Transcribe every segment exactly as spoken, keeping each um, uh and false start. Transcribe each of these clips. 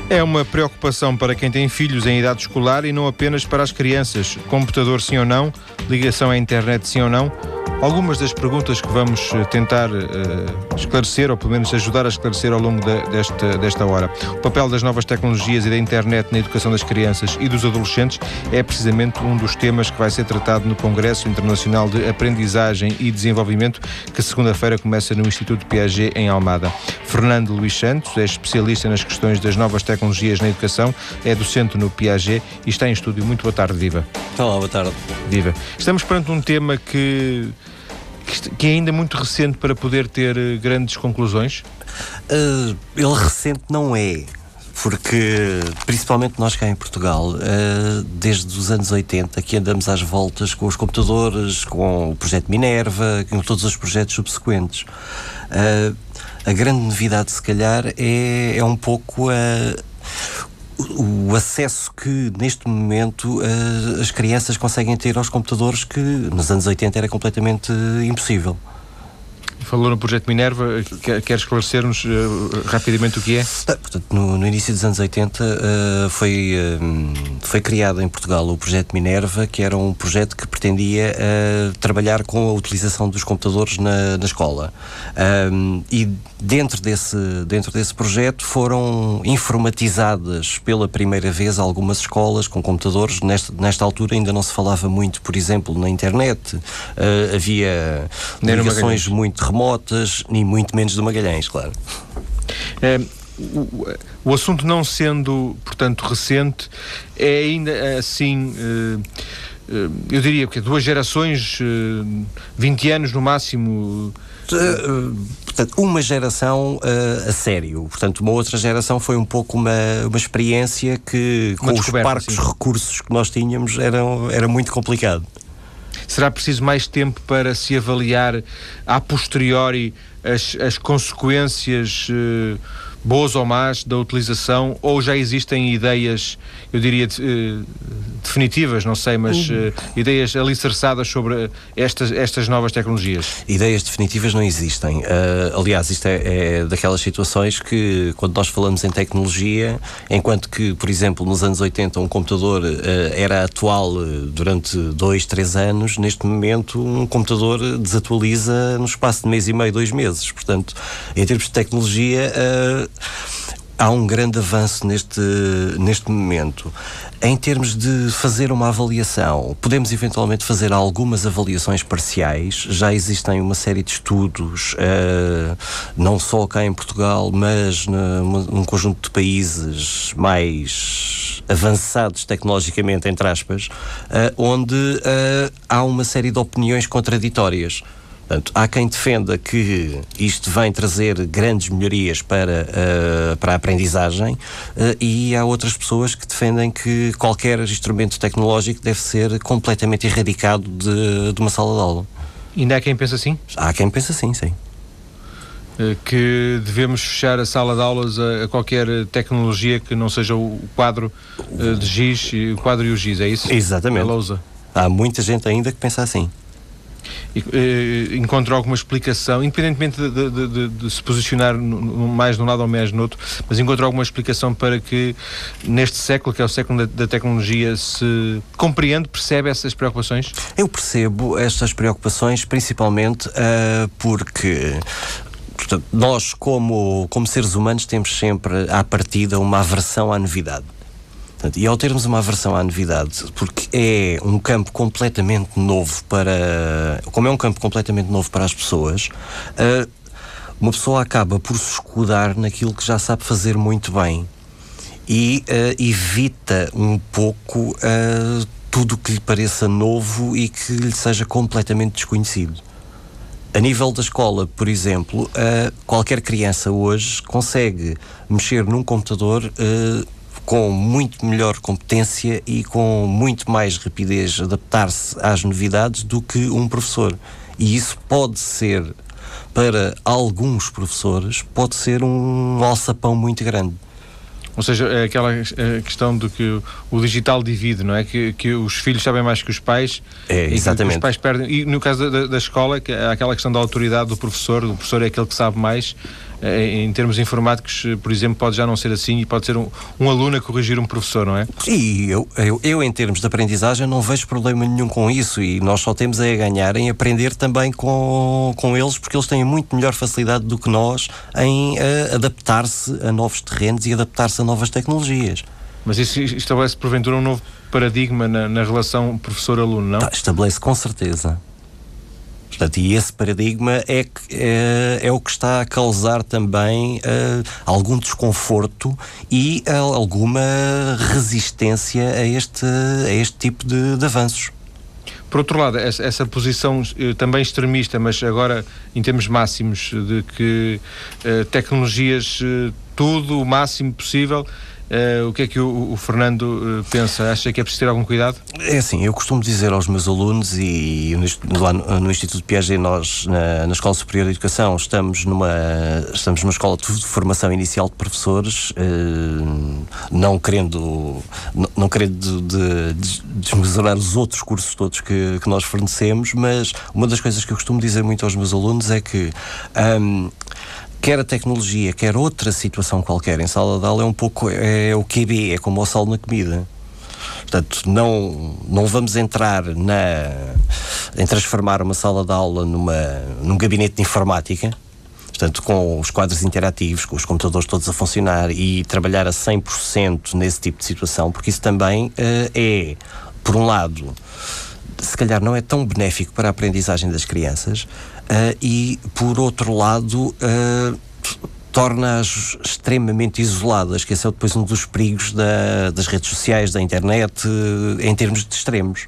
É uma preocupação para quem tem filhos em idade escolar e não apenas para as crianças. Computador sim ou não? Ligação à internet sim ou não? Algumas das perguntas que vamos tentar uh, esclarecer, ou pelo menos ajudar a esclarecer ao longo de, desta, desta hora. O papel das novas tecnologias e da internet na educação das crianças e dos adolescentes é precisamente um dos temas que vai ser tratado no Congresso Internacional de Aprendizagem e Desenvolvimento, que segunda-feira começa no Instituto Piaget, em Almada. Fernando Luís Santos é especialista nas questões das novas tecnologias na educação, é docente no Piaget e está em estúdio. Muito boa tarde, Viva. Olá, boa tarde. Viva. Estamos perante um tema que... que é ainda muito recente para poder ter uh, grandes conclusões? Uh, ele recente não é, porque principalmente nós cá em Portugal, uh, desde os anos oitenta que andamos às voltas com os computadores, com o projeto Minerva, com todos os projetos subsequentes. Uh, a grande novidade, se calhar, é, é um pouco a... Uh, o acesso que neste momento uh, as crianças conseguem ter aos computadores, que nos anos oitenta era completamente uh, impossível. Falou no projeto Minerva, quer, quer esclarecer-nos uh, rapidamente o que é? Ah, portanto, no, no início dos anos oitenta uh, foi, uh, foi criado em Portugal o projeto Minerva, que era um projeto que pretendia uh, trabalhar com a utilização dos computadores na, na escola. Um, e dentro desse, dentro desse projeto foram informatizadas pela primeira vez algumas escolas com computadores. Nesta, nesta altura ainda não se falava muito, por exemplo, na internet. Uh, havia ligações muito remotas, nem muito menos do Magalhães, claro. É, o, o assunto não sendo, portanto, recente, é ainda assim, uh, uh, eu diria que duas gerações, uh, vinte anos no máximo. Uh, portanto, uma geração uh, a sério. Portanto, uma outra geração foi um pouco uma, uma experiência que, uma com os parcos sim. recursos que nós tínhamos, era, era muito complicado. Será preciso mais tempo para se avaliar a posteriori as, as consequências uh, boas ou más da utilização, ou já existem ideias, eu diria, de, uh, definitivas, não sei, mas uh, ideias alicerçadas sobre estas, estas novas tecnologias? Ideias definitivas não existem. Uh, aliás, isto é, é daquelas situações que, quando nós falamos em tecnologia, enquanto que, por exemplo, nos anos oitenta um computador uh, era atual uh, durante dois, três anos, neste momento um computador desatualiza no espaço de mês e meio, dois meses. Portanto, em termos de tecnologia, uh, há um grande avanço neste, neste momento. Em termos de fazer uma avaliação, podemos eventualmente fazer algumas avaliações parciais. Já existem uma série de estudos, uh, não só cá em Portugal, mas num conjunto de países mais avançados tecnologicamente, entre aspas, uh, onde uh, há uma série de opiniões contraditórias. Portanto, há quem defenda que isto vem trazer grandes melhorias para, uh, para a aprendizagem, uh, e há outras pessoas que defendem que qualquer instrumento tecnológico deve ser completamente erradicado de, de uma sala de aula. Ainda há quem pense assim? Há quem pense assim, sim. Uh, que devemos fechar a sala de aulas a, a qualquer tecnologia que não seja o quadro uh, de giz, o quadro e o giz, é isso? Exatamente. A lousa. Há muita gente ainda que pensa assim. E, uh, encontra alguma explicação, independentemente de, de, de, de se posicionar no, no, mais de um lado ou mais no outro, mas encontra alguma explicação para que neste século, que é o século da, da tecnologia, se compreende, percebe essas preocupações? Eu percebo estas preocupações principalmente uh, porque... Portanto, nós como, como seres humanos temos sempre à partida uma aversão à novidade. E ao termos uma aversão à novidade, porque é um campo completamente novo para... Como é um campo completamente novo para as pessoas, uh, uma pessoa acaba por se escudar naquilo que já sabe fazer muito bem e uh, evita um pouco uh, tudo o que lhe pareça novo e que lhe seja completamente desconhecido. A nível da escola, por exemplo, uh, qualquer criança hoje consegue mexer num computador uh, com muito melhor competência e com muito mais rapidez adaptar-se às novidades do que um professor. E isso pode ser, para alguns professores, pode ser um alçapão muito grande. Ou seja, é aquela questão de que o digital divide, não é? Que, que os filhos sabem mais que os pais. É, exatamente. E que os pais perdem. E no caso da, da escola, que é aquela questão da autoridade do professor, o professor é aquele que sabe mais. em termos informáticos, por exemplo, pode já não ser assim e pode ser um, um aluno a corrigir um professor, não é? E eu, eu, eu, em termos de aprendizagem, não vejo problema nenhum com isso, e nós só temos a ganhar em aprender também com, com eles, porque eles têm muito melhor facilidade do que nós em uh, adaptar-se a novos terrenos e adaptar-se a novas tecnologias. Mas isso estabelece, porventura, um novo paradigma na, na relação professor-aluno, não? Tá, estabelece com certeza. Portanto, e esse paradigma é, que, é, é o que está a causar também uh, algum desconforto e uh, alguma resistência a este, a este tipo de, de avanços. Por outro lado, essa, essa posição uh, também extremista, mas agora em termos máximos, de que uh, tecnologias, uh, tudo o máximo possível. Uh, o que é que o, o Fernando uh, pensa? Acha que é preciso ter algum cuidado? É assim, eu costumo dizer aos meus alunos, e no, lá no, no Instituto Piaget, nós na, na Escola Superior de Educação estamos numa, estamos numa escola de formação inicial de professores, uh, não querendo, não, não querendo de, de, desmesurar os outros cursos todos que, que nós fornecemos, mas uma das coisas que eu costumo dizer muito aos meus alunos é que um, quer a tecnologia, quer outra situação qualquer em sala de aula, é um pouco é o Q B, é como o sal na comida. Portanto, não, não vamos entrar na, em transformar uma sala de aula numa, num gabinete de informática, portanto, com os quadros interativos, com os computadores todos a funcionar, e trabalhar a cem por cento nesse tipo de situação, porque isso também uh, é, por um lado, se calhar não é tão benéfico para a aprendizagem das crianças, uh, e por outro lado uh, torna-as extremamente isoladas, que esse é depois um dos perigos da, das redes sociais, da internet, uh, em termos de extremos.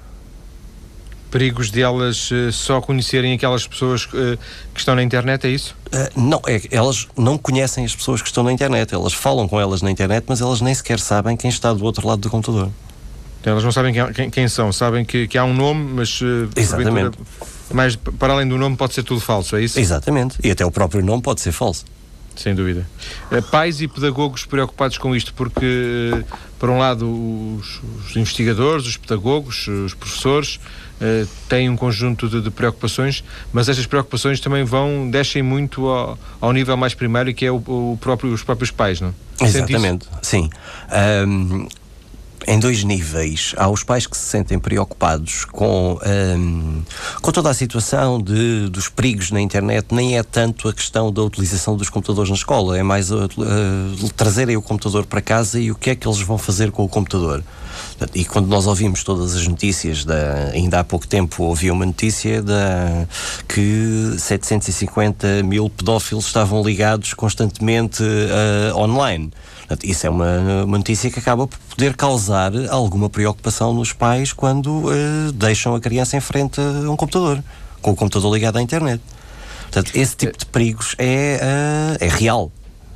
Perigos de elas uh, só conhecerem aquelas pessoas uh, que estão na internet, é isso? Uh, não, é, elas não conhecem as pessoas que estão na internet, elas falam com elas na internet, mas elas nem sequer sabem quem está do outro lado do computador. Elas não sabem quem, quem, quem são, sabem que, que há um nome, mas uh, exatamente. Mas para além do nome pode ser tudo falso, é isso? Exatamente, e até o próprio nome pode ser falso. Sem dúvida. Uh, pais e pedagogos preocupados com isto, porque uh, por um lado os, os investigadores, os pedagogos, os professores uh, têm um conjunto de, de preocupações, mas estas preocupações também vão, descem muito ao, ao nível mais primário, que é o, o próprio, os próprios pais, não? Exatamente, sim. Um, em dois níveis. Há os pais que se sentem preocupados com, um, com toda a situação de, dos perigos na internet. Nem é tanto a questão da utilização dos computadores na escola, é mais a, a, trazerem o computador para casa e o que é que eles vão fazer com o computador. E quando nós ouvimos todas as notícias, da, ainda há pouco tempo ouvi uma notícia da, que setecentos e cinquenta mil pedófilos estavam ligados constantemente uh, online. Isso é uma, uma notícia que acaba por poder causar alguma preocupação nos pais quando uh, deixam a criança em frente a um computador, com o computador ligado à internet. Portanto, esse tipo de perigos é, uh, é real.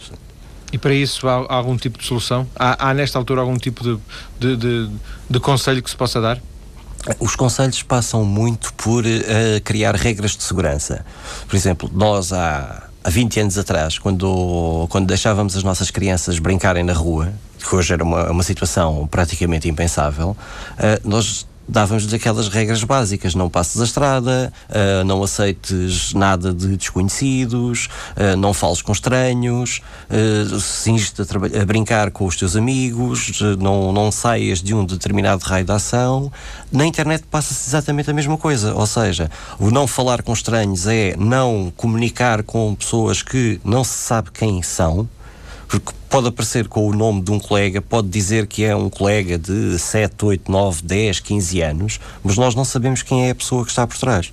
E para isso há, há algum tipo de solução? Há, há nesta altura algum tipo de, de, de, de conselho que se possa dar? Os conselhos passam muito por uh, criar regras de segurança. Por exemplo, nós há... Há vinte anos atrás, quando, quando deixávamos as nossas crianças brincarem na rua, que hoje era uma, uma situação praticamente impensável, uh, nós dávamos-lhes aquelas regras básicas: não passes a estrada, uh, não aceites nada de desconhecidos, uh, não fales com estranhos, uh, singes-te a, a brincar com os teus amigos, uh, não, não saias de um determinado raio de ação. Na internet passa-se exatamente a mesma coisa, ou seja, o não falar com estranhos é não comunicar com pessoas que não se sabe quem são, porque pode aparecer com o nome de um colega, pode dizer que é um colega de sete, oito, nove, dez, quinze anos, mas nós não sabemos quem é a pessoa que está por trás.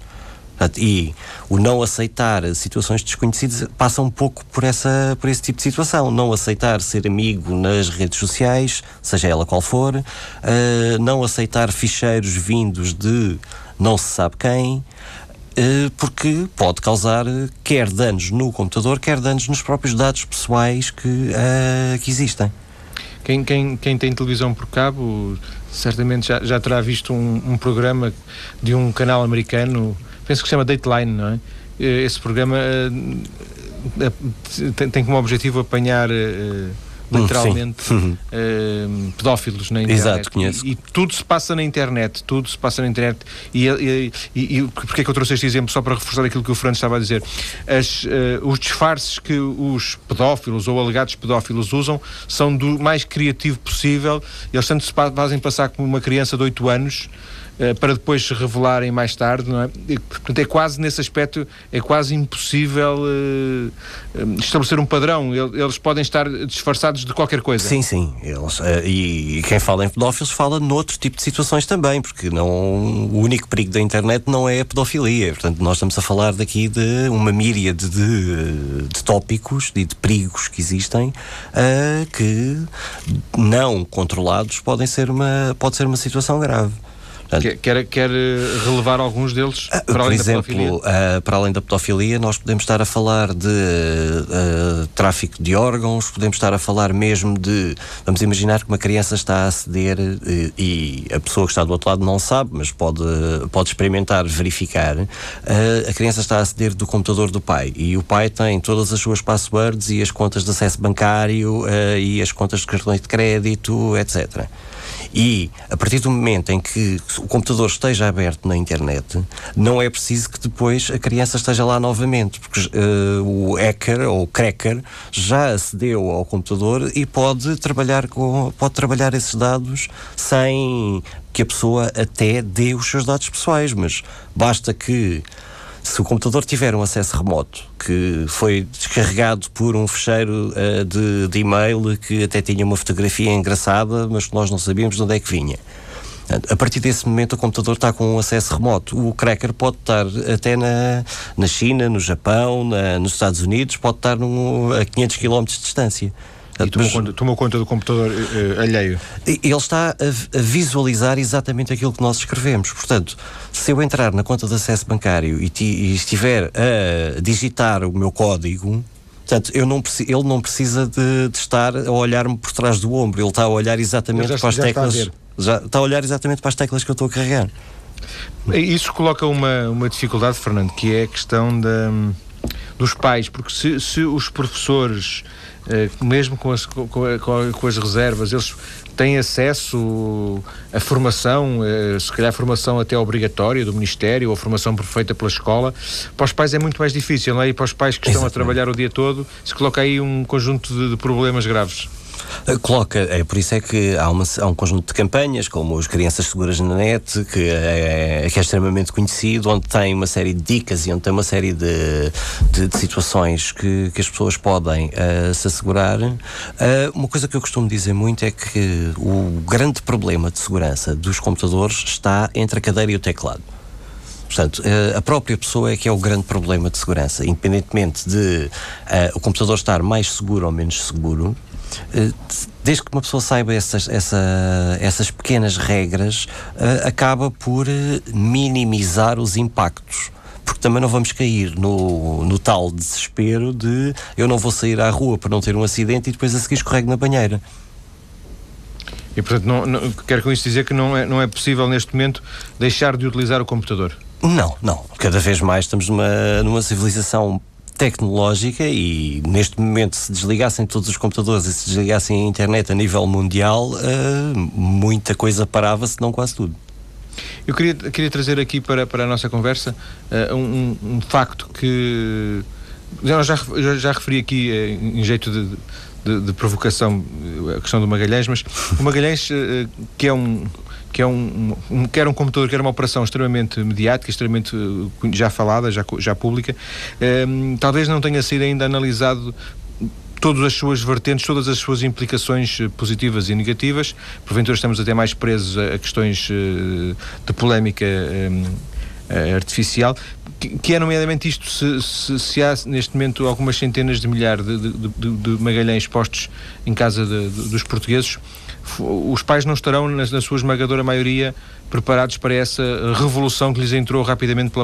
E o não aceitar situações desconhecidas passa um pouco por, essa, por esse tipo de situação. Não aceitar ser amigo nas redes sociais, seja ela qual for, uh, não aceitar ficheiros vindos de não se sabe quem, porque pode causar quer danos no computador, quer danos nos próprios dados pessoais que, uh, que existem. Quem, quem, quem tem televisão por cabo certamente já, já terá visto um, um programa de um canal americano, penso que se chama Dateline, não é? Esse programa uh, tem, tem como objetivo apanhar uh, literalmente, hum, uh, pedófilos na internet. Exato, conheço. E, e tudo se passa na internet, tudo se passa na internet. E, e, e, e porque é que eu trouxe este exemplo? Só para reforçar aquilo que o Fernando estava a dizer. As, uh, os disfarces que os pedófilos ou alegados pedófilos usam são do mais criativo possível. Eles tanto se fazem passar como uma criança de oito anos, Uh, para depois se revelarem mais tarde, não é? E, portanto, é quase, nesse aspecto, é quase impossível uh, uh, estabelecer um padrão. Eles podem estar disfarçados de qualquer coisa. Sim, sim. Eles, uh, e, e quem fala em pedófilos fala noutro tipo de situações também, porque não, o único perigo da internet não é a pedofilia. Portanto, nós estamos a falar daqui de uma míriade de, de tópicos e de perigos que existem, uh, que, não controlados, podem ser uma, pode ser uma situação grave. Quer, quer, quer relevar alguns deles para Por além exemplo, da pedofilia? Uh, para além da pedofilia, nós podemos estar a falar de uh, tráfico de órgãos, podemos estar a falar mesmo de, vamos imaginar que uma criança está a aceder uh, e a pessoa que está do outro lado não sabe, mas pode, pode experimentar, verificar. Uh, a criança está a aceder do computador do pai e o pai tem todas as suas passwords e as contas de acesso bancário uh, e as contas de cartões de crédito, etcétera. E, a partir do momento em que o computador esteja aberto na internet, não é preciso que depois a criança esteja lá novamente, porque uh, o hacker ou o cracker já acedeu ao computador e pode trabalhar, com, pode trabalhar esses dados sem que a pessoa até dê os seus dados pessoais, mas basta que, se o computador tiver um acesso remoto que foi descarregado por um fecheiro uh, de, de e-mail que até tinha uma fotografia engraçada, mas que nós não sabíamos de onde é que vinha. A partir desse momento o computador está com um acesso remoto. O cracker pode estar até na, na China, no Japão, na, nos Estados Unidos, pode estar num, a quinhentos quilómetros de distância. E tomou, conta, tomou conta do computador uh, alheio. Ele está a, a visualizar exatamente aquilo que nós escrevemos. Portanto, se eu entrar na conta de acesso bancário e, ti, e estiver a digitar o meu código, portanto, eu não, ele não precisa de, de estar a olhar-me por trás do ombro. Ele está a olhar exatamente já, para as teclas. Está já está a olhar exatamente para as teclas que eu estou a carregar. Isso coloca uma, uma dificuldade, Fernando, que é a questão da, dos pais, porque se, se os professores, Uh, mesmo com as, com, com, com as reservas, eles têm acesso à formação, uh, se calhar formação até obrigatória do Ministério, ou formação feita pela escola. Para os pais é muito mais difícil, não é? E para os pais que estão Exatamente. a trabalhar o dia todo, se coloca aí um conjunto de, de problemas graves. Coloca, é por isso é que há, uma, há um conjunto de campanhas, como os Crianças Seguras na Net, que é, que é extremamente conhecido, onde tem uma série de dicas e onde tem uma série de, de, de situações que, que as pessoas podem uh, se assegurar. Uh, uma coisa que eu costumo dizer muito é que o grande problema de segurança dos computadores está entre a cadeira e o teclado. Portanto, a própria pessoa é que é o grande problema de segurança, independentemente de uh, o computador estar mais seguro ou menos seguro. Desde que uma pessoa saiba essas, essa, essas pequenas regras, uh, acaba por minimizar os impactos. Porque também não vamos cair no, no tal desespero de eu não vou sair à rua para não ter um acidente e depois a seguir escorrego na banheira. E portanto, não, não, quero com isso dizer que não é, não é possível neste momento deixar de utilizar o computador? Não, não. Cada vez mais estamos numa, numa civilização tecnológica e neste momento, se desligassem todos os computadores e se desligassem a internet a nível mundial, uh, muita coisa parava, se não quase tudo. Eu queria, queria trazer aqui para, para a nossa conversa uh, um, um facto que já, já, já referi aqui uh, em jeito de, de, de provocação a questão do Magalhães, mas o Magalhães uh, que é um que é um, um, quer um computador, quer uma operação extremamente mediática, extremamente uh, já falada, já, já pública, um, talvez não tenha sido ainda analisado todas as suas vertentes, todas as suas implicações uh, positivas e negativas. Porventura estamos até mais presos a, a questões uh, de polémica um, uh, artificial, que, que é nomeadamente isto, se, se, se há neste momento algumas centenas de milhares de, de, de, de Magalhães postos em casa de, de, dos portugueses, os pais não estarão, na, na sua esmagadora maioria, preparados para essa revolução que lhes entrou rapidamente pela porta.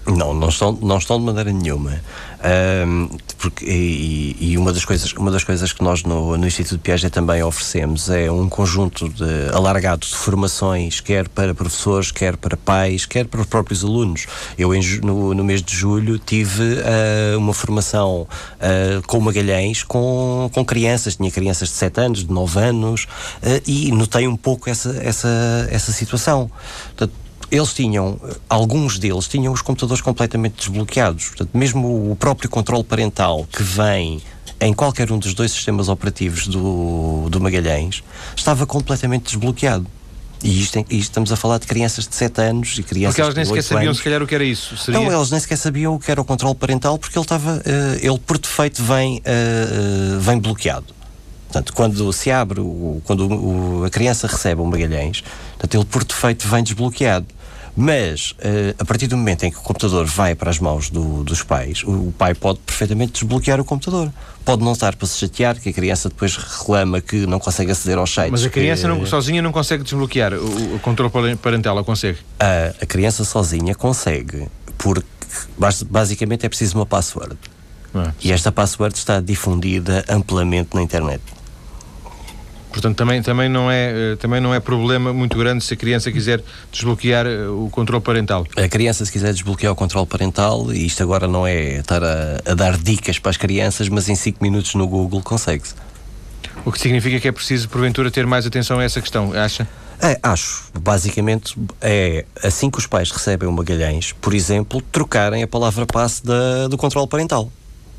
Não, não estão, não estão de maneira nenhuma. Um, porque, e, e uma, das coisas, uma das coisas que nós no, no Instituto Piaget também oferecemos é um conjunto de, alargado de formações, quer para professores, quer para pais, quer para os próprios alunos. Eu em, no, no mês de julho tive uh, uma formação uh, com Magalhães com, com crianças, tinha crianças de sete anos, de nove anos, uh, e notei um pouco essa, essa, essa situação. Portanto, eles tinham, alguns deles tinham os computadores completamente desbloqueados. Portanto, mesmo o próprio controle parental que vem em qualquer um dos dois sistemas operativos do, do Magalhães estava completamente desbloqueado. E isto, isto estamos a falar de crianças de sete anos e crianças porque elas nem de sequer sabiam anos. Se calhar o que era isso. Seria... Não, elas nem sequer sabiam o que era o controle parental, porque ele estava, uh, ele por defeito vem, uh, vem bloqueado. Portanto, quando se abre, o, quando o, a criança recebe um Magalhães, portanto, ele por defeito vem desbloqueado. Mas, uh, a partir do momento em que o computador vai para as mãos do, dos pais, o, o pai pode perfeitamente desbloquear o computador. Pode não estar para se chatear, que a criança depois reclama que não consegue aceder aos sites. Mas a criança que, não, sozinha não consegue desbloquear o, o controle parental, ou consegue? A, a criança sozinha consegue, porque basicamente é preciso uma password. Ah, e esta password está difundida amplamente na internet. Portanto, também, também, não é, também não é problema muito grande se a criança quiser desbloquear o controle parental. A criança, se quiser desbloquear o controle parental, e isto agora não é estar a, a dar dicas para as crianças, mas em cinco minutos no Google consegue-se. O que significa que é preciso, porventura, ter mais atenção a essa questão, acha? É, acho. Basicamente, é assim que os pais recebem o Magalhães, por exemplo, trocarem a palavra passe da, do controle parental.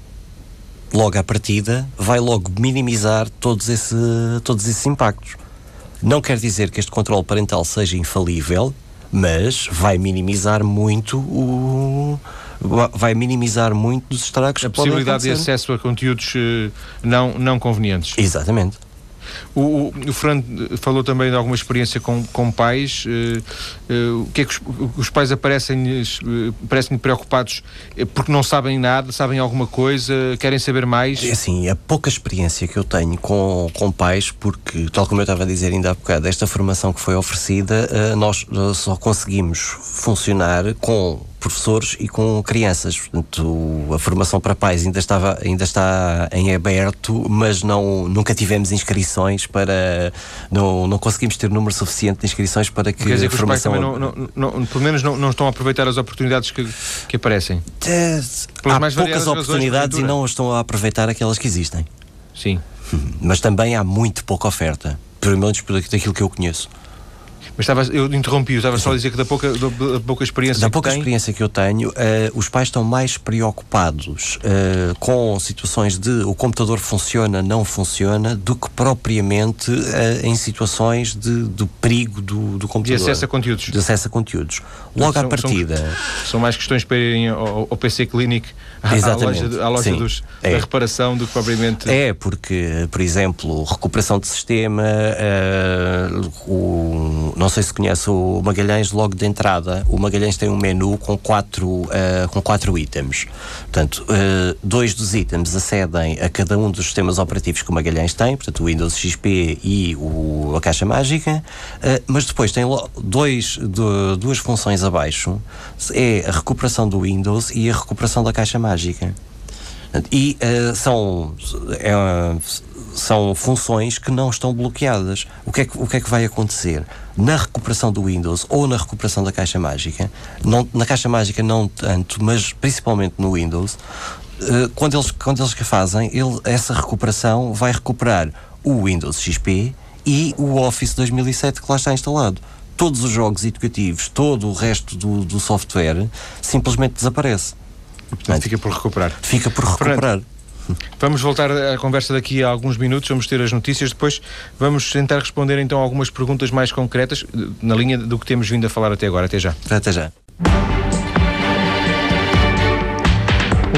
Logo à partida, vai logo minimizar todos, esse, todos esses impactos. Não quer dizer que este controle parental seja infalível, mas vai minimizar muito o... vai minimizar muito dos estragos a que podem possibilidade de acesso a conteúdos uh, não, não convenientes. Exatamente. O, o, o Fernando falou também de alguma experiência com, com pais. Uh, uh, o que é que os, os pais aparecem, uh, parecem preocupados porque não sabem nada, sabem alguma coisa, querem saber mais? É assim, a pouca experiência que eu tenho com, com pais, porque, tal como eu estava a dizer ainda há bocado, esta formação que foi oferecida, uh, nós uh, só conseguimos funcionar com professores e com crianças. Portanto, a formação para pais ainda, estava, ainda está em aberto, mas não, nunca tivemos inscrições para... Não, não conseguimos ter número suficiente de inscrições para que... Quer dizer a que formação... os pais também, não, não, não, pelo menos, não, não estão a aproveitar as oportunidades que, que aparecem? É, há mais poucas oportunidades e não estão a aproveitar aquelas que existem. Sim. Mas também há muito pouca oferta, pelo menos daquilo que eu conheço. Mas estava, eu interrompi, eu estava só a dizer que da pouca, da, da pouca experiência da que pouca tem... experiência que eu tenho, uh, os pais estão mais preocupados uh, com situações de o computador funciona, não funciona, do que propriamente uh, em situações de, do perigo do, do computador. De acesso a conteúdos. De acesso a conteúdos. Logo são, à partida... São, são mais questões para irem ao, ao P C Clinic, à, à loja, à loja dos, é. da reparação, do que propriamente... É, porque, por exemplo, recuperação de sistema, uh, o... não sei se conhece o Magalhães, logo de entrada, o Magalhães tem um menu com quatro, uh, com quatro itens. Portanto, uh, dois dos itens acedem a cada um dos sistemas operativos que o Magalhães tem, portanto, o Windows X P e o, a caixa mágica, uh, mas depois tem dois, do, duas funções abaixo, é a recuperação do Windows e a recuperação da caixa mágica. E uh, são... É, são funções que não estão bloqueadas. O que, é que, o que é que vai acontecer? Na recuperação do Windows ou na recuperação da caixa mágica, não, na caixa mágica não tanto, mas principalmente no Windows, uh, quando, eles, quando eles que fazem, ele, essa recuperação vai recuperar o Windows X P e o Office dois mil e sete que lá está instalado. Todos os jogos educativos, todo o resto do, do software simplesmente desaparece. Portanto, fica por recuperar. Fica por recuperar. Fernando, vamos voltar à conversa daqui a alguns minutos, vamos ter as notícias, depois vamos tentar responder então a algumas perguntas mais concretas, na linha do que temos vindo a falar até agora. Até já. Até já.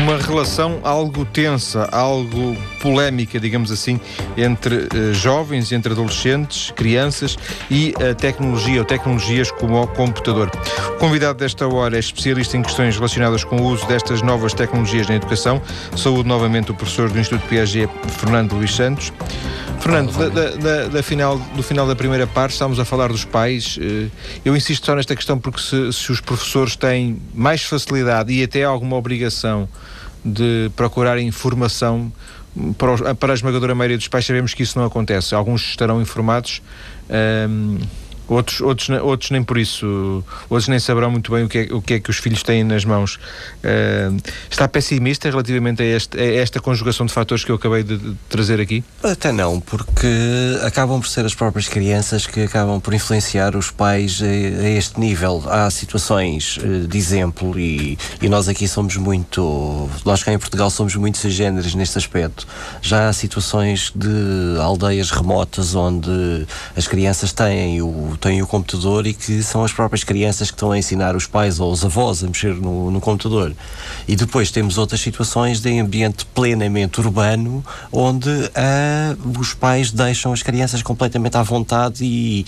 Uma relação algo tensa, algo polémica, digamos assim, entre uh, jovens, entre adolescentes, crianças e a tecnologia, ou tecnologias como o computador. O convidado desta hora é especialista em questões relacionadas com o uso destas novas tecnologias na educação. Saúde novamente o professor do Instituto Piaget, Fernando Luís Santos. Fernando, da, da, da, da final, do final da primeira parte estávamos a falar dos pais. Eu insisto só nesta questão porque se, se os professores têm mais facilidade e até alguma obrigação de procurar informação, para, os, para a esmagadora maioria dos pais sabemos que isso não acontece. Alguns estarão informados, um, outros, outros, outros nem por isso, outros nem saberão muito bem o que é, o que, é que os filhos têm nas mãos. Uh, está pessimista relativamente a, este, a esta conjugação de fatores que eu acabei de, de trazer aqui? Até não, porque acabam por ser as próprias crianças que acabam por influenciar os pais a, a este nível. Há situações de exemplo e, e nós aqui somos muito, nós cá em Portugal somos muito sui generis neste aspecto. Já há situações de aldeias remotas onde as crianças têm o têm o computador e que são as próprias crianças que estão a ensinar os pais ou os avós a mexer no, no computador. E depois temos outras situações de ambiente plenamente urbano onde uh, os pais deixam as crianças completamente à vontade e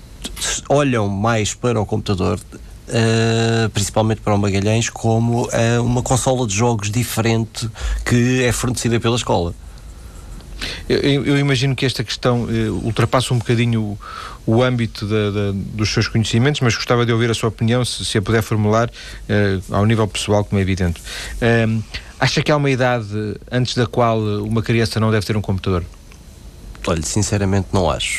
olham mais para o computador, uh, principalmente para o Magalhães, como uh, uma consola de jogos diferente que é fornecida pela escola. Eu, eu imagino que esta questão uh, ultrapassa um bocadinho o, o âmbito da, da, dos seus conhecimentos, mas gostava de ouvir a sua opinião, se, se a puder formular, uh, ao nível pessoal, como é evidente. Uh, acha que há uma idade antes da qual uma criança não deve ter um computador? Olha, sinceramente não acho.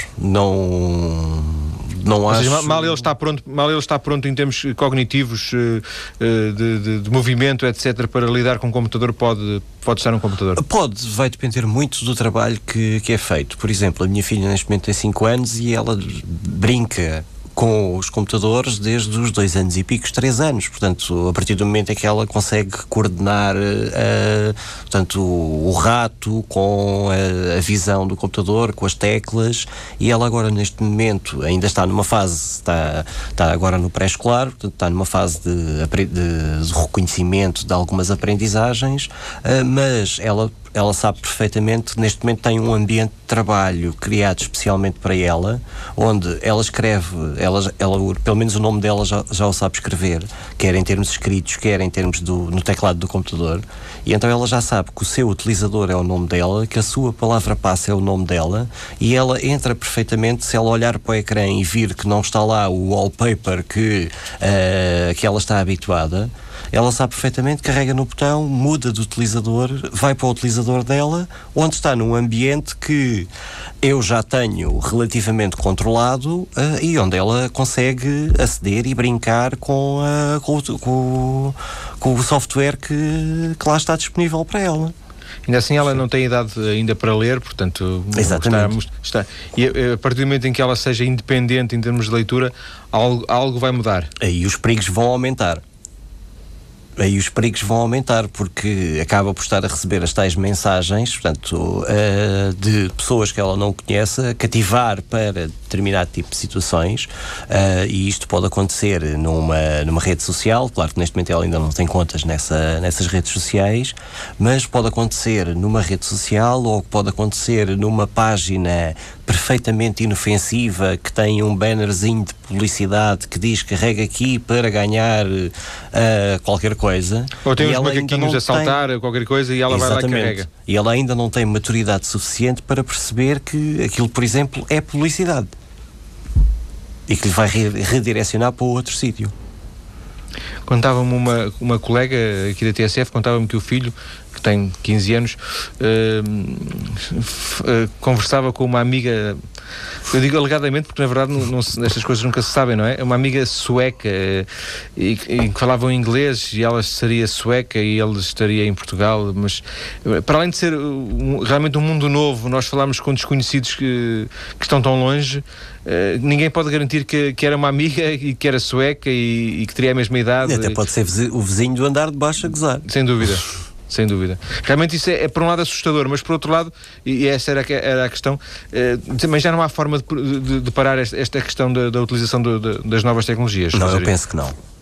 Não, não acho... Seja, mal ele está pronto, mal ele está pronto em termos cognitivos, uh, uh, de, de, de movimento, etcétera, para lidar com o computador, pode, pode estar um computador? Pode, vai depender muito do trabalho que, que é feito. Por exemplo, a minha filha neste momento tem cinco anos e ela brinca com os computadores desde os dois anos e picos, três anos. Portanto, a partir do momento em que ela consegue coordenar uh, portanto, o, o rato com a, a visão do computador, com as teclas, e ela agora neste momento ainda está numa fase, está, está agora no pré-escolar, portanto, está numa fase de, de, de reconhecimento de algumas aprendizagens, uh, mas ela ela sabe perfeitamente, neste momento tem um ambiente de trabalho criado especialmente para ela, onde ela escreve, ela, ela, pelo menos o nome dela já, já o sabe escrever, quer em termos escritos, quer em termos do, no teclado do computador, e então ela já sabe que o seu utilizador é o nome dela, que a sua palavra passe é o nome dela, e ela entra perfeitamente, se ela olhar para o ecrã e vir que não está lá o wallpaper que, uh, que ela está habituada, ela sabe perfeitamente, carrega no botão, muda de utilizador, vai para o utilizador dela, onde está num ambiente que eu já tenho relativamente controlado, uh, e onde ela consegue aceder e brincar com, uh, com, o, com, com o software que, que lá está disponível para ela. Ainda assim ela não tem idade ainda para ler, portanto exatamente. Está, está, e a partir do momento em que ela seja independente em termos de leitura, algo, algo vai mudar. Aí os perigos vão aumentar. Aí os perigos vão aumentar, porque acaba por estar a receber as tais mensagens, portanto, uh, de pessoas que ela não conhece, a cativar para determinado tipo de situações, uh, e isto pode acontecer numa, numa rede social. Claro que neste momento ela ainda não tem contas nessa, nessas redes sociais, mas pode acontecer numa rede social, ou pode acontecer numa página perfeitamente inofensiva que tem um bannerzinho de publicidade que diz carrega aqui para ganhar uh, qualquer coisa. Ou tem uns macaquinhos a saltar tem... qualquer coisa e ela exatamente. Vai lá e carrega. E ela ainda não tem maturidade suficiente para perceber que aquilo, por exemplo, é publicidade e que lhe vai re- redirecionar para outro sítio. Contava-me uma, uma colega aqui da T S F, contava-me que o filho, que tem quinze anos, uh, f- uh, conversava com uma amiga, eu digo alegadamente porque na verdade não, não se, estas coisas nunca se sabem, não é? Uma amiga sueca, uh, e, e que falavam inglês, e ela seria sueca e ele estaria em Portugal, mas uh, para além de ser um, realmente um mundo novo, nós falámos com desconhecidos que, que estão tão longe. Uh, ninguém pode garantir que, que era uma amiga e que era sueca e, e que teria a mesma idade. E até pode ser o vizinho do andar de baixo a gozar. Sem dúvida, sem dúvida. Realmente isso é, é por um lado assustador, mas por outro lado, e essa era, era a questão, uh, também já não há forma de, de, de parar esta, esta questão da, da utilização do, de, das novas tecnologias. Não, eu penso que não.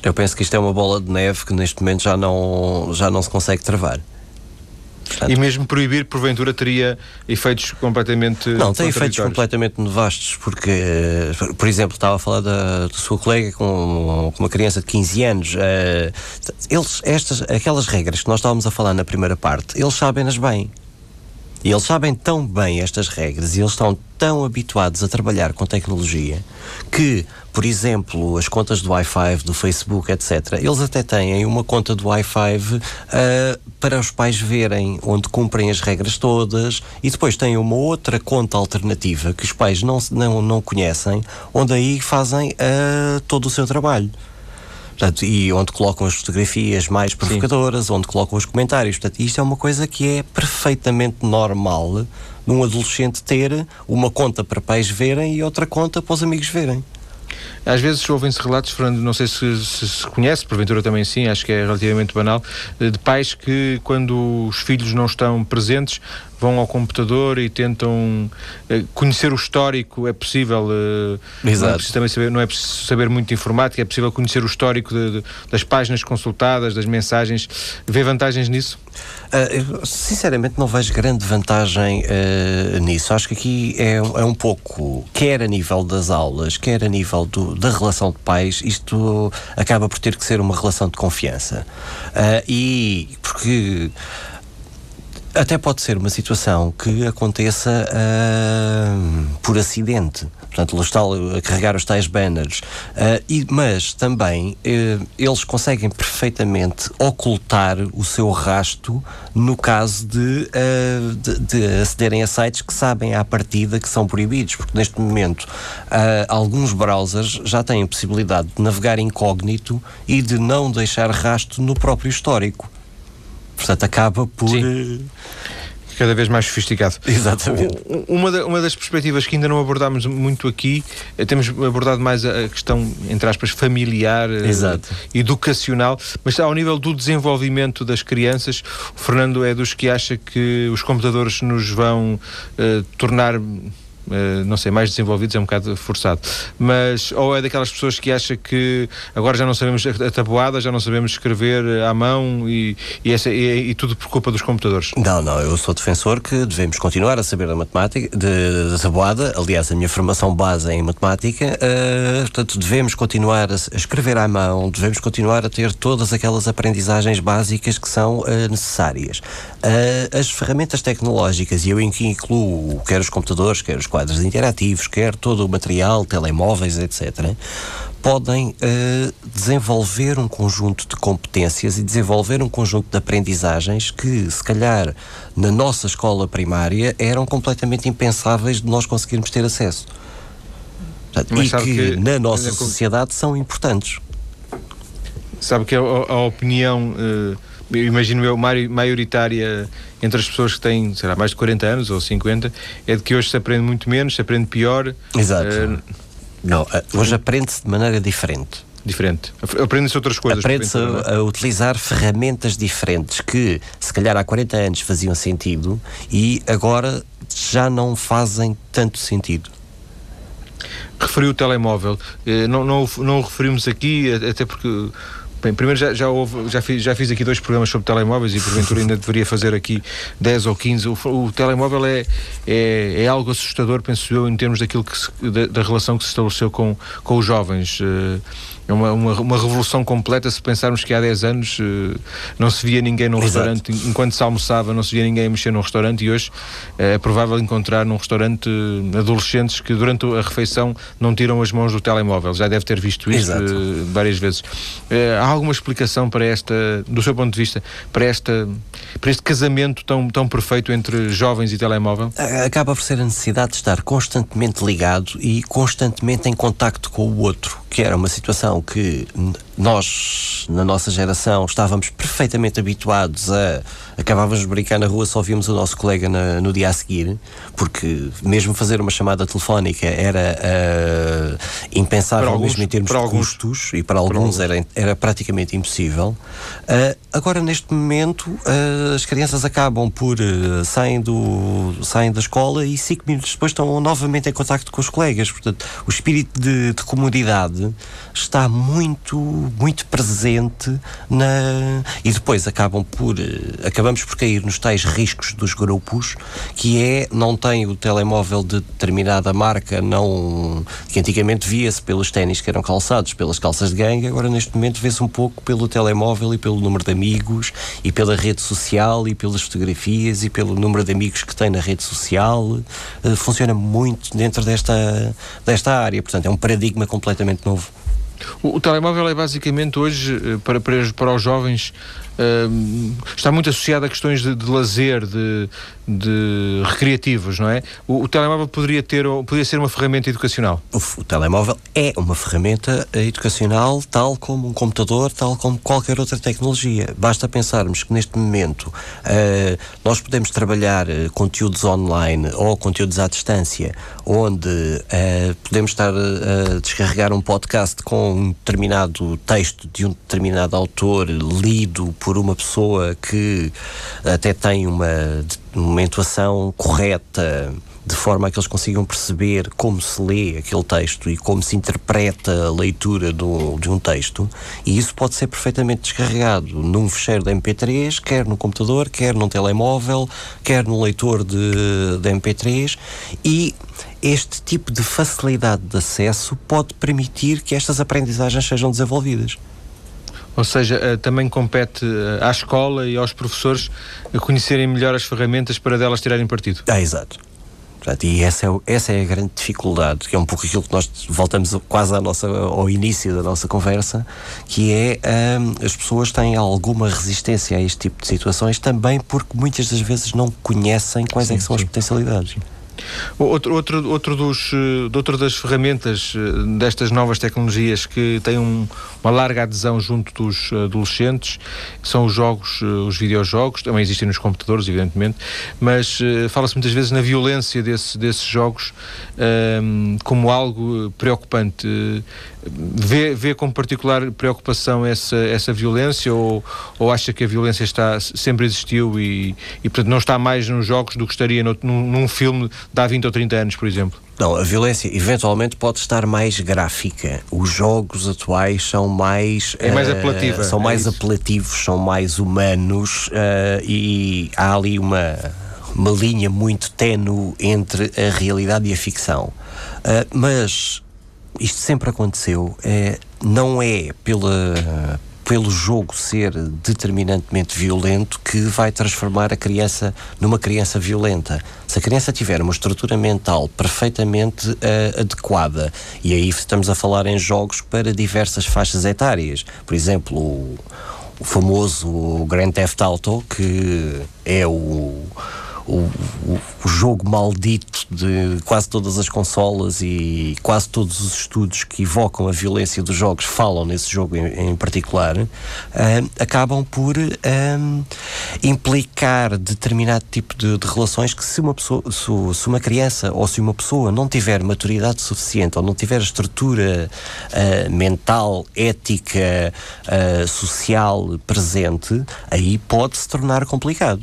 Eu penso que isto é uma bola de neve que neste momento já não, já não se consegue travar. Portanto, e mesmo proibir, porventura, teria efeitos completamente Não, tem efeitos completamente nefastos, porque, por exemplo, estava a falar da, da sua colega com, com uma criança de quinze anos. Uh, eles, estas, aquelas regras que nós estávamos a falar na primeira parte, eles sabem-nas bem. E eles sabem tão bem estas regras e eles estão tão habituados a trabalhar com tecnologia que, por exemplo, as contas do Wi-Fi, do Facebook, etcétera, eles até têm uma conta do Wi-Fi uh, para os pais verem, onde cumprem as regras todas, e depois têm uma outra conta alternativa que os pais não, não, não conhecem, onde aí fazem uh, todo o seu trabalho. Portanto, e onde colocam as fotografias mais provocadoras, Sim. onde colocam os comentários. Portanto, isto é uma coisa que é perfeitamente normal num adolescente ter uma conta para pais verem e outra conta para os amigos verem. Às vezes ouvem-se relatos, Fernando, não sei se, se se conhece, porventura também sim, acho que é relativamente banal, de pais que, quando os filhos não estão presentes, vão ao computador e tentam uh, conhecer o histórico. É possível, uh, Exato. Não é preciso também saber, não é preciso saber muito de informática, é possível conhecer o histórico de, de, das páginas consultadas, das mensagens. Vê vantagens nisso? Uh, eu, sinceramente não vejo grande vantagem uh, nisso. Acho que aqui é, é um pouco, quer a nível das aulas, quer a nível do, da relação de pais, isto acaba por ter que ser uma relação de confiança. Uh, e porque até pode ser uma situação que aconteça uh, por acidente. Portanto, está a carregar os tais banners. Uh, e, mas também uh, eles conseguem perfeitamente ocultar o seu rasto no caso de, uh, de, de acederem a sites que sabem à partida que são proibidos. Porque neste momento uh, alguns browsers já têm a possibilidade de navegar incógnito e de não deixar rasto no próprio histórico. Portanto, acaba por... Sim. Cada vez mais sofisticado. Exatamente. Uma, da, uma das perspectivas que ainda não abordámos muito aqui, temos abordado mais a questão, entre aspas, familiar, Exato. educacional, mas ao nível do desenvolvimento das crianças, o Fernando é dos que acha que os computadores nos vão uh, tornar... Uh, não sei, mais desenvolvidos é um bocado forçado, mas ou é daquelas pessoas que acha que agora já não sabemos a tabuada, já não sabemos escrever à mão e, e, essa, e, e tudo por culpa dos computadores? Não, não, eu sou defensor que devemos continuar a saber a matemática, de, de tabuada. Aliás, a minha formação base é em matemática, uh, portanto devemos continuar a, a escrever à mão, devemos continuar a ter todas aquelas aprendizagens básicas que são uh, necessárias. Uh, as ferramentas tecnológicas, e eu incluo quer os computadores, quer os quadros interativos, quer todo o material, telemóveis, etcétera, podem uh, desenvolver um conjunto de competências e desenvolver um conjunto de aprendizagens que, se calhar, na nossa escola primária, eram completamente impensáveis de nós conseguirmos ter acesso. Portanto, e que, que, na nossa sociedade, são importantes. Sabe que a, a opinião... Uh... eu imagino eu, maioritária entre as pessoas que têm, sei lá, mais de quarenta anos ou cinquenta, é de que hoje se aprende muito menos, se aprende pior. Exato. Uh, Não, uh, hoje aprende-se de maneira diferente. Diferente. Aprende-se outras coisas. Aprende-se a, a utilizar ferramentas diferentes que, se calhar, há quarenta anos faziam sentido e agora já não fazem tanto sentido. Referiu o telemóvel. Uh, não, não, não o referimos aqui, até porque... Bem, primeiro já, já, houve, já, fiz, já fiz aqui dois programas sobre telemóveis e porventura ainda deveria fazer aqui dez ou quinze. O, o telemóvel é, é, é algo assustador, penso eu, em termos daquilo que se, da, da relação que se estabeleceu com, com os jovens. É uma, uma, uma revolução completa se pensarmos que há dez anos uh, não se via ninguém num Exato. restaurante, enquanto se almoçava não se via ninguém a mexer num restaurante, e hoje uh, é provável encontrar num restaurante uh, adolescentes que durante a refeição não tiram as mãos do telemóvel. Já deve ter visto isto uh, várias vezes. Uh, há alguma explicação para esta, do seu ponto de vista, para, esta, para este casamento tão, tão perfeito entre jovens e telemóvel? Acaba por ser a necessidade de estar constantemente ligado e constantemente em contacto com o outro, que era uma situação que nós, na nossa geração, estávamos perfeitamente habituados a... Acabávamos de brincar na rua, só víamos o nosso colega na, no dia a seguir, porque mesmo fazer uma chamada telefónica era uh, impensável, alguns, mesmo em termos de alguns, custos, e para alguns, para alguns. Era, era praticamente impossível. Uh, agora, neste momento, uh, as crianças acabam por... Uh, saem, do, saem da escola e cinco minutos depois estão novamente em contacto com os colegas. Portanto, o espírito de, de comunidade está está muito, muito presente na... E depois acabam por, acabamos por cair nos tais riscos dos grupos, que é, não tem o telemóvel de determinada marca, não... que antigamente via-se pelos ténis que eram calçados, pelas calças de gangue, agora neste momento vê-se um pouco pelo telemóvel e pelo número de amigos, e pela rede social, e pelas fotografias, e pelo número de amigos que tem na rede social. Uh, funciona muito dentro desta, desta área, portanto é um paradigma completamente novo. O, o telemóvel é basicamente hoje, para, para, para os jovens, uh, está muito associado a questões de, de lazer, de, de recreativos, não é? O, o telemóvel poderia ter, poderia ser uma ferramenta educacional? O, o telemóvel é uma ferramenta educacional, tal como um computador, tal como qualquer outra tecnologia. Basta pensarmos que neste momento uh, nós podemos trabalhar uh, conteúdos online ou conteúdos à distância, onde uh, podemos estar uh, a descarregar um podcast com um determinado texto de um determinado autor, lido por uma pessoa que até tem uma, uma entoação correta, de forma a que eles consigam perceber como se lê aquele texto e como se interpreta a leitura do, de um texto, e isso pode ser perfeitamente descarregado num fecheiro de M P três, quer no computador, quer num telemóvel, quer no leitor de, de M P três, e este tipo de facilidade de acesso pode permitir que estas aprendizagens sejam desenvolvidas. Ou seja, também compete à escola e aos professores conhecerem melhor as ferramentas para delas tirarem partido. Ah, exato. E essa é, essa é a grande dificuldade, que é um pouco aquilo que nós voltamos quase à nossa, ao início da nossa conversa, que é hum, as pessoas têm alguma resistência a este tipo de situações, também porque muitas das vezes não conhecem quais sim, é que são sim. as potencialidades. Outro, outro, outro dos, outra das ferramentas destas novas tecnologias que tem um, uma larga adesão junto dos adolescentes são os jogos, os videojogos, também existem nos computadores, evidentemente, mas uh, fala-se muitas vezes na violência desse, desses jogos um, como algo preocupante. Vê, vê com particular preocupação essa, essa violência, ou, ou acha que a violência está, sempre existiu e, e portanto não está mais nos jogos do que estaria no, num, num filme de há vinte ou trinta anos, por exemplo? Não, a violência eventualmente pode estar mais gráfica. Os jogos atuais são mais... É mais uh, apelativa. São é mais isso. apelativos, são mais humanos, uh, e há ali uma, uma linha muito ténue entre a realidade e a ficção. Uh, mas... isto sempre aconteceu, é, não é pela, pelo jogo ser determinantemente violento que vai transformar a criança numa criança violenta. Se a criança tiver uma estrutura mental perfeitamente uh, adequada, e aí estamos a falar em jogos para diversas faixas etárias, por exemplo, o, o famoso Grand Theft Auto, que é o... O, o, o jogo maldito de quase todas as consolas, e quase todos os estudos que evocam a violência dos jogos falam nesse jogo em, em particular, uh, acabam por um, implicar determinado tipo de, de relações que, se uma pessoa, se, se uma criança ou se uma pessoa não tiver maturidade suficiente ou não tiver estrutura uh, mental, ética, uh, social presente, aí pode se tornar complicado.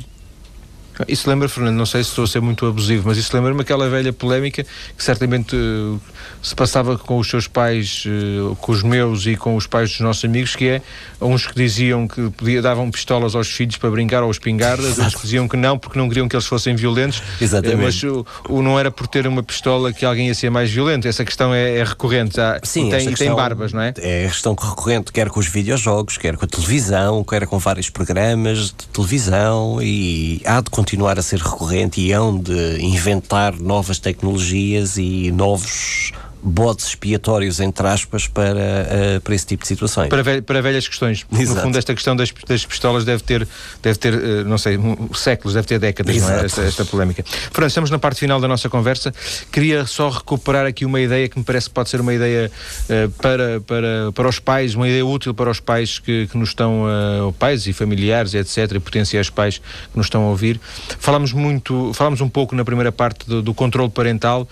Isso lembra, Fernando, não sei se estou a ser muito abusivo, mas isso lembra-me aquela velha polémica que certamente uh, se passava com os seus pais, uh, com os meus e com os pais dos nossos amigos, que é uns que diziam que podia, davam pistolas aos filhos para brincar, ou espingardas, outros que diziam que não, porque não queriam que eles fossem violentos. Exatamente. Uh, mas o, o não era por ter uma pistola que alguém ia ser mais violento. Essa questão é, é recorrente. Há, Sim, e tem, questão, tem barbas, não é? É a questão recorrente, quer com os videojogos, quer com a televisão, quer com vários programas de televisão, e há de continuar a ser recorrente, e hão de inventar novas tecnologias e novos bodes expiatórios, entre aspas, para, uh, para esse tipo de situações. Para, ve para velhas questões. Exato. No fundo, esta questão das, das pistolas deve ter, deve ter uh, não sei, um, séculos, deve ter décadas, não é? esta, esta polémica. Fernando, estamos na parte final da nossa conversa. Queria só recuperar aqui uma ideia que me parece que pode ser uma ideia uh, para, para, para os pais, uma ideia útil para os pais que, que nos estão, uh, pais e familiares, etcétera, e potenciais pais que nos estão a ouvir. Falámos muito, falámos um pouco na primeira parte do, do controle parental.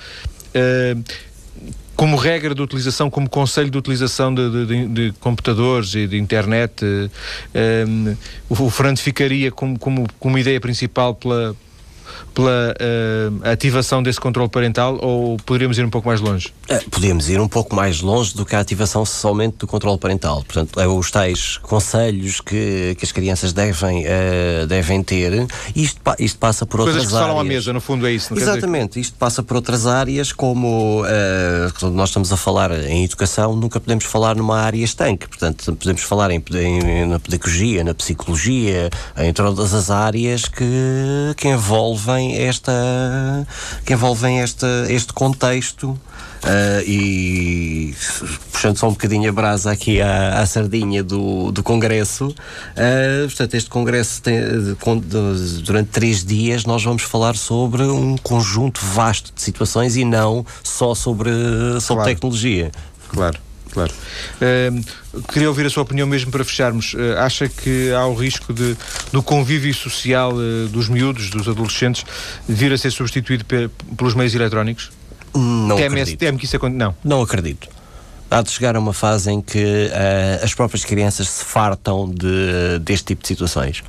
Uh, Como regra de utilização, como conselho de utilização de, de, de computadores e de internet, um, o Fernando ficaria como, como, como ideia principal pela, pela uh, ativação desse controle parental, ou poderíamos ir um pouco mais longe? Uh, podemos ir um pouco mais longe do que a ativação somente do controle parental. Portanto, é os tais conselhos que, que as crianças devem, uh, devem ter. Isto, isto passa por Coisas outras que se falam áreas. à mesa, no fundo é isso. Não Exatamente, isto passa por outras áreas, como uh, quando nós estamos a falar em educação, nunca podemos falar numa área estanque. Portanto, podemos falar em, em, na pedagogia, na psicologia, em todas as áreas que, que envolvem esta que envolvem esta, este contexto. Uh, e puxando só um bocadinho a brasa aqui à, à sardinha do, do Congresso, uh, portanto, este Congresso tem, de, de, durante três dias nós vamos falar sobre um conjunto vasto de situações e não só sobre, sobre claro. tecnologia. Claro. Claro. Uh, queria ouvir a sua opinião mesmo para fecharmos. Uh, acha que há o risco de, do convívio social uh, dos miúdos, dos adolescentes, vir a ser substituído pe- pelos meios eletrónicos? Não teme, acredito. Teme que isso aconteça? Não. Não acredito. Há de chegar a uma fase em que uh, as próprias crianças se fartam de, deste tipo de situações.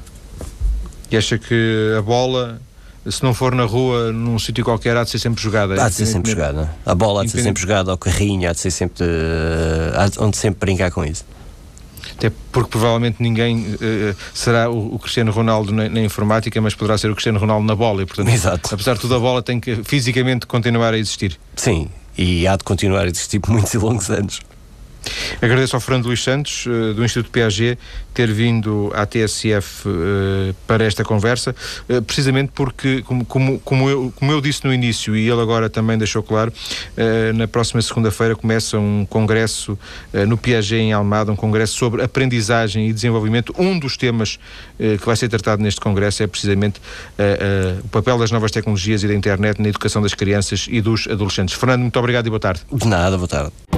E acha que a bola, se não for na rua, num sítio qualquer, há de ser sempre jogada? Há de ser sempre jogada. A bola há de ser sempre jogada, ao carrinho, há de ser sempre. Uh, há de, onde sempre brincar com isso. Até porque provavelmente ninguém uh, será o, o Cristiano Ronaldo na, na informática, mas poderá ser o Cristiano Ronaldo na bola. E, portanto, exato. Apesar de tudo, a bola tem que fisicamente continuar a existir. Sim, e há de continuar a existir por muitos e longos anos. Agradeço ao Fernando Luís Santos, uh, do Instituto P A G, ter vindo à T S F uh, para esta conversa, uh, precisamente porque, como, como, como, eu, como eu disse no início, e ele agora também deixou claro, uh, na próxima segunda-feira começa um congresso uh, no P A G em Almada, um congresso sobre aprendizagem e desenvolvimento. Um dos temas uh, que vai ser tratado neste congresso é precisamente uh, uh, o papel das novas tecnologias e da internet na educação das crianças e dos adolescentes. Fernando, muito obrigado e boa tarde. De nada, boa tarde.